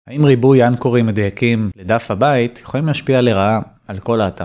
האם ריבוי אנקורים מדויקים לדף הבית יכולים להשפיע לרעה על כל האתר?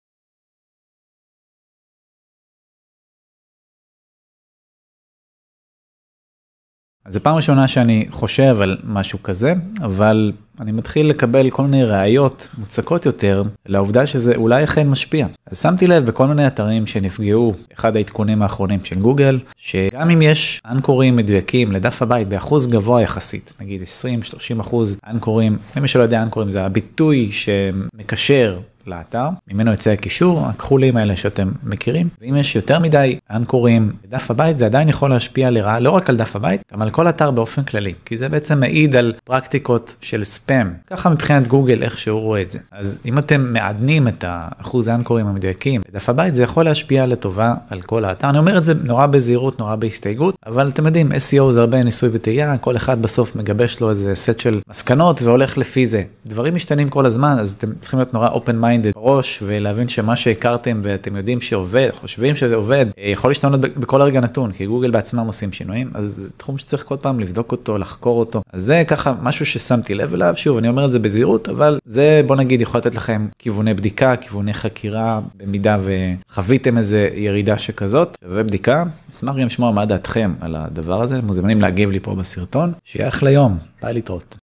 אז זו פעם ראשונה שאני חושב על משהו כזה, אבל אני מתחיל לקבל כל מיני ראיות מוצקות יותר לעובדה שזה אולי אכן משפיע. אז שמתי לב בכל מיני אתרים שנפגעו, אחד העדכונים האחרונים של גוגל, שגם אם יש אנקורים מדויקים לדף הבית באחוז גבוה יחסית, נגיד 20-30% אנקורים, למי שלא יודע אנקורים זה הביטוי שמקשר לאתר, ממנו יוצא הקישור, הכחולים האלה שאתם מכירים, ואם יש יותר מדי אנקורים בדף הבית, זה עדיין יכול להשפיע לרעה, לא רק על דף הבית, גם על כל אתר באופן כללי, כי זה בעצם מעיד על פרקטיקות של ספאם, ככה מבחינת גוגל איך שהוא רואה את זה. אז אם אתם מעדנים את האחוז האנקורים המדויקים בדף הבית, זה יכול להשפיע לטובה על כל האתר. אני אומר את זה נורא בזהירות, נורא בהסתייגות, אבל אתם יודעים, SEO זה הרבה ניסוי וטעייה, כל אחד בסוף מגבש לו איזה סט של מסקנות והולך לפי זה. דברים משתנים כל הזמן, אז אתם צריכים להיות נורא open minded בראש ולהבין שמה שהכרתם ואתם יודעים שעובד, חושבים שזה עובד, יכול להשתנות בכל רגע נתון, כי גוגל בעצמם עושים שינויים, אז זה תחום שצריך כל פעם לבדוק אותו, לחקור אותו. אז זה ככה משהו ששמתי לב אליו, שוב, אני אומר את זה בזהירות, אבל זה בוא נגיד יכול לתת לכם כיווני בדיקה, כיווני חקירה, במידה וחוויתם איזה ירידה שכזאת, ובדיקה, אשמח גם לשמוע מה דעתכם על הדבר הזה, מוזמנים להגיב לי פה בסרטון, שיהיה אחלה יום, ביי להתראות.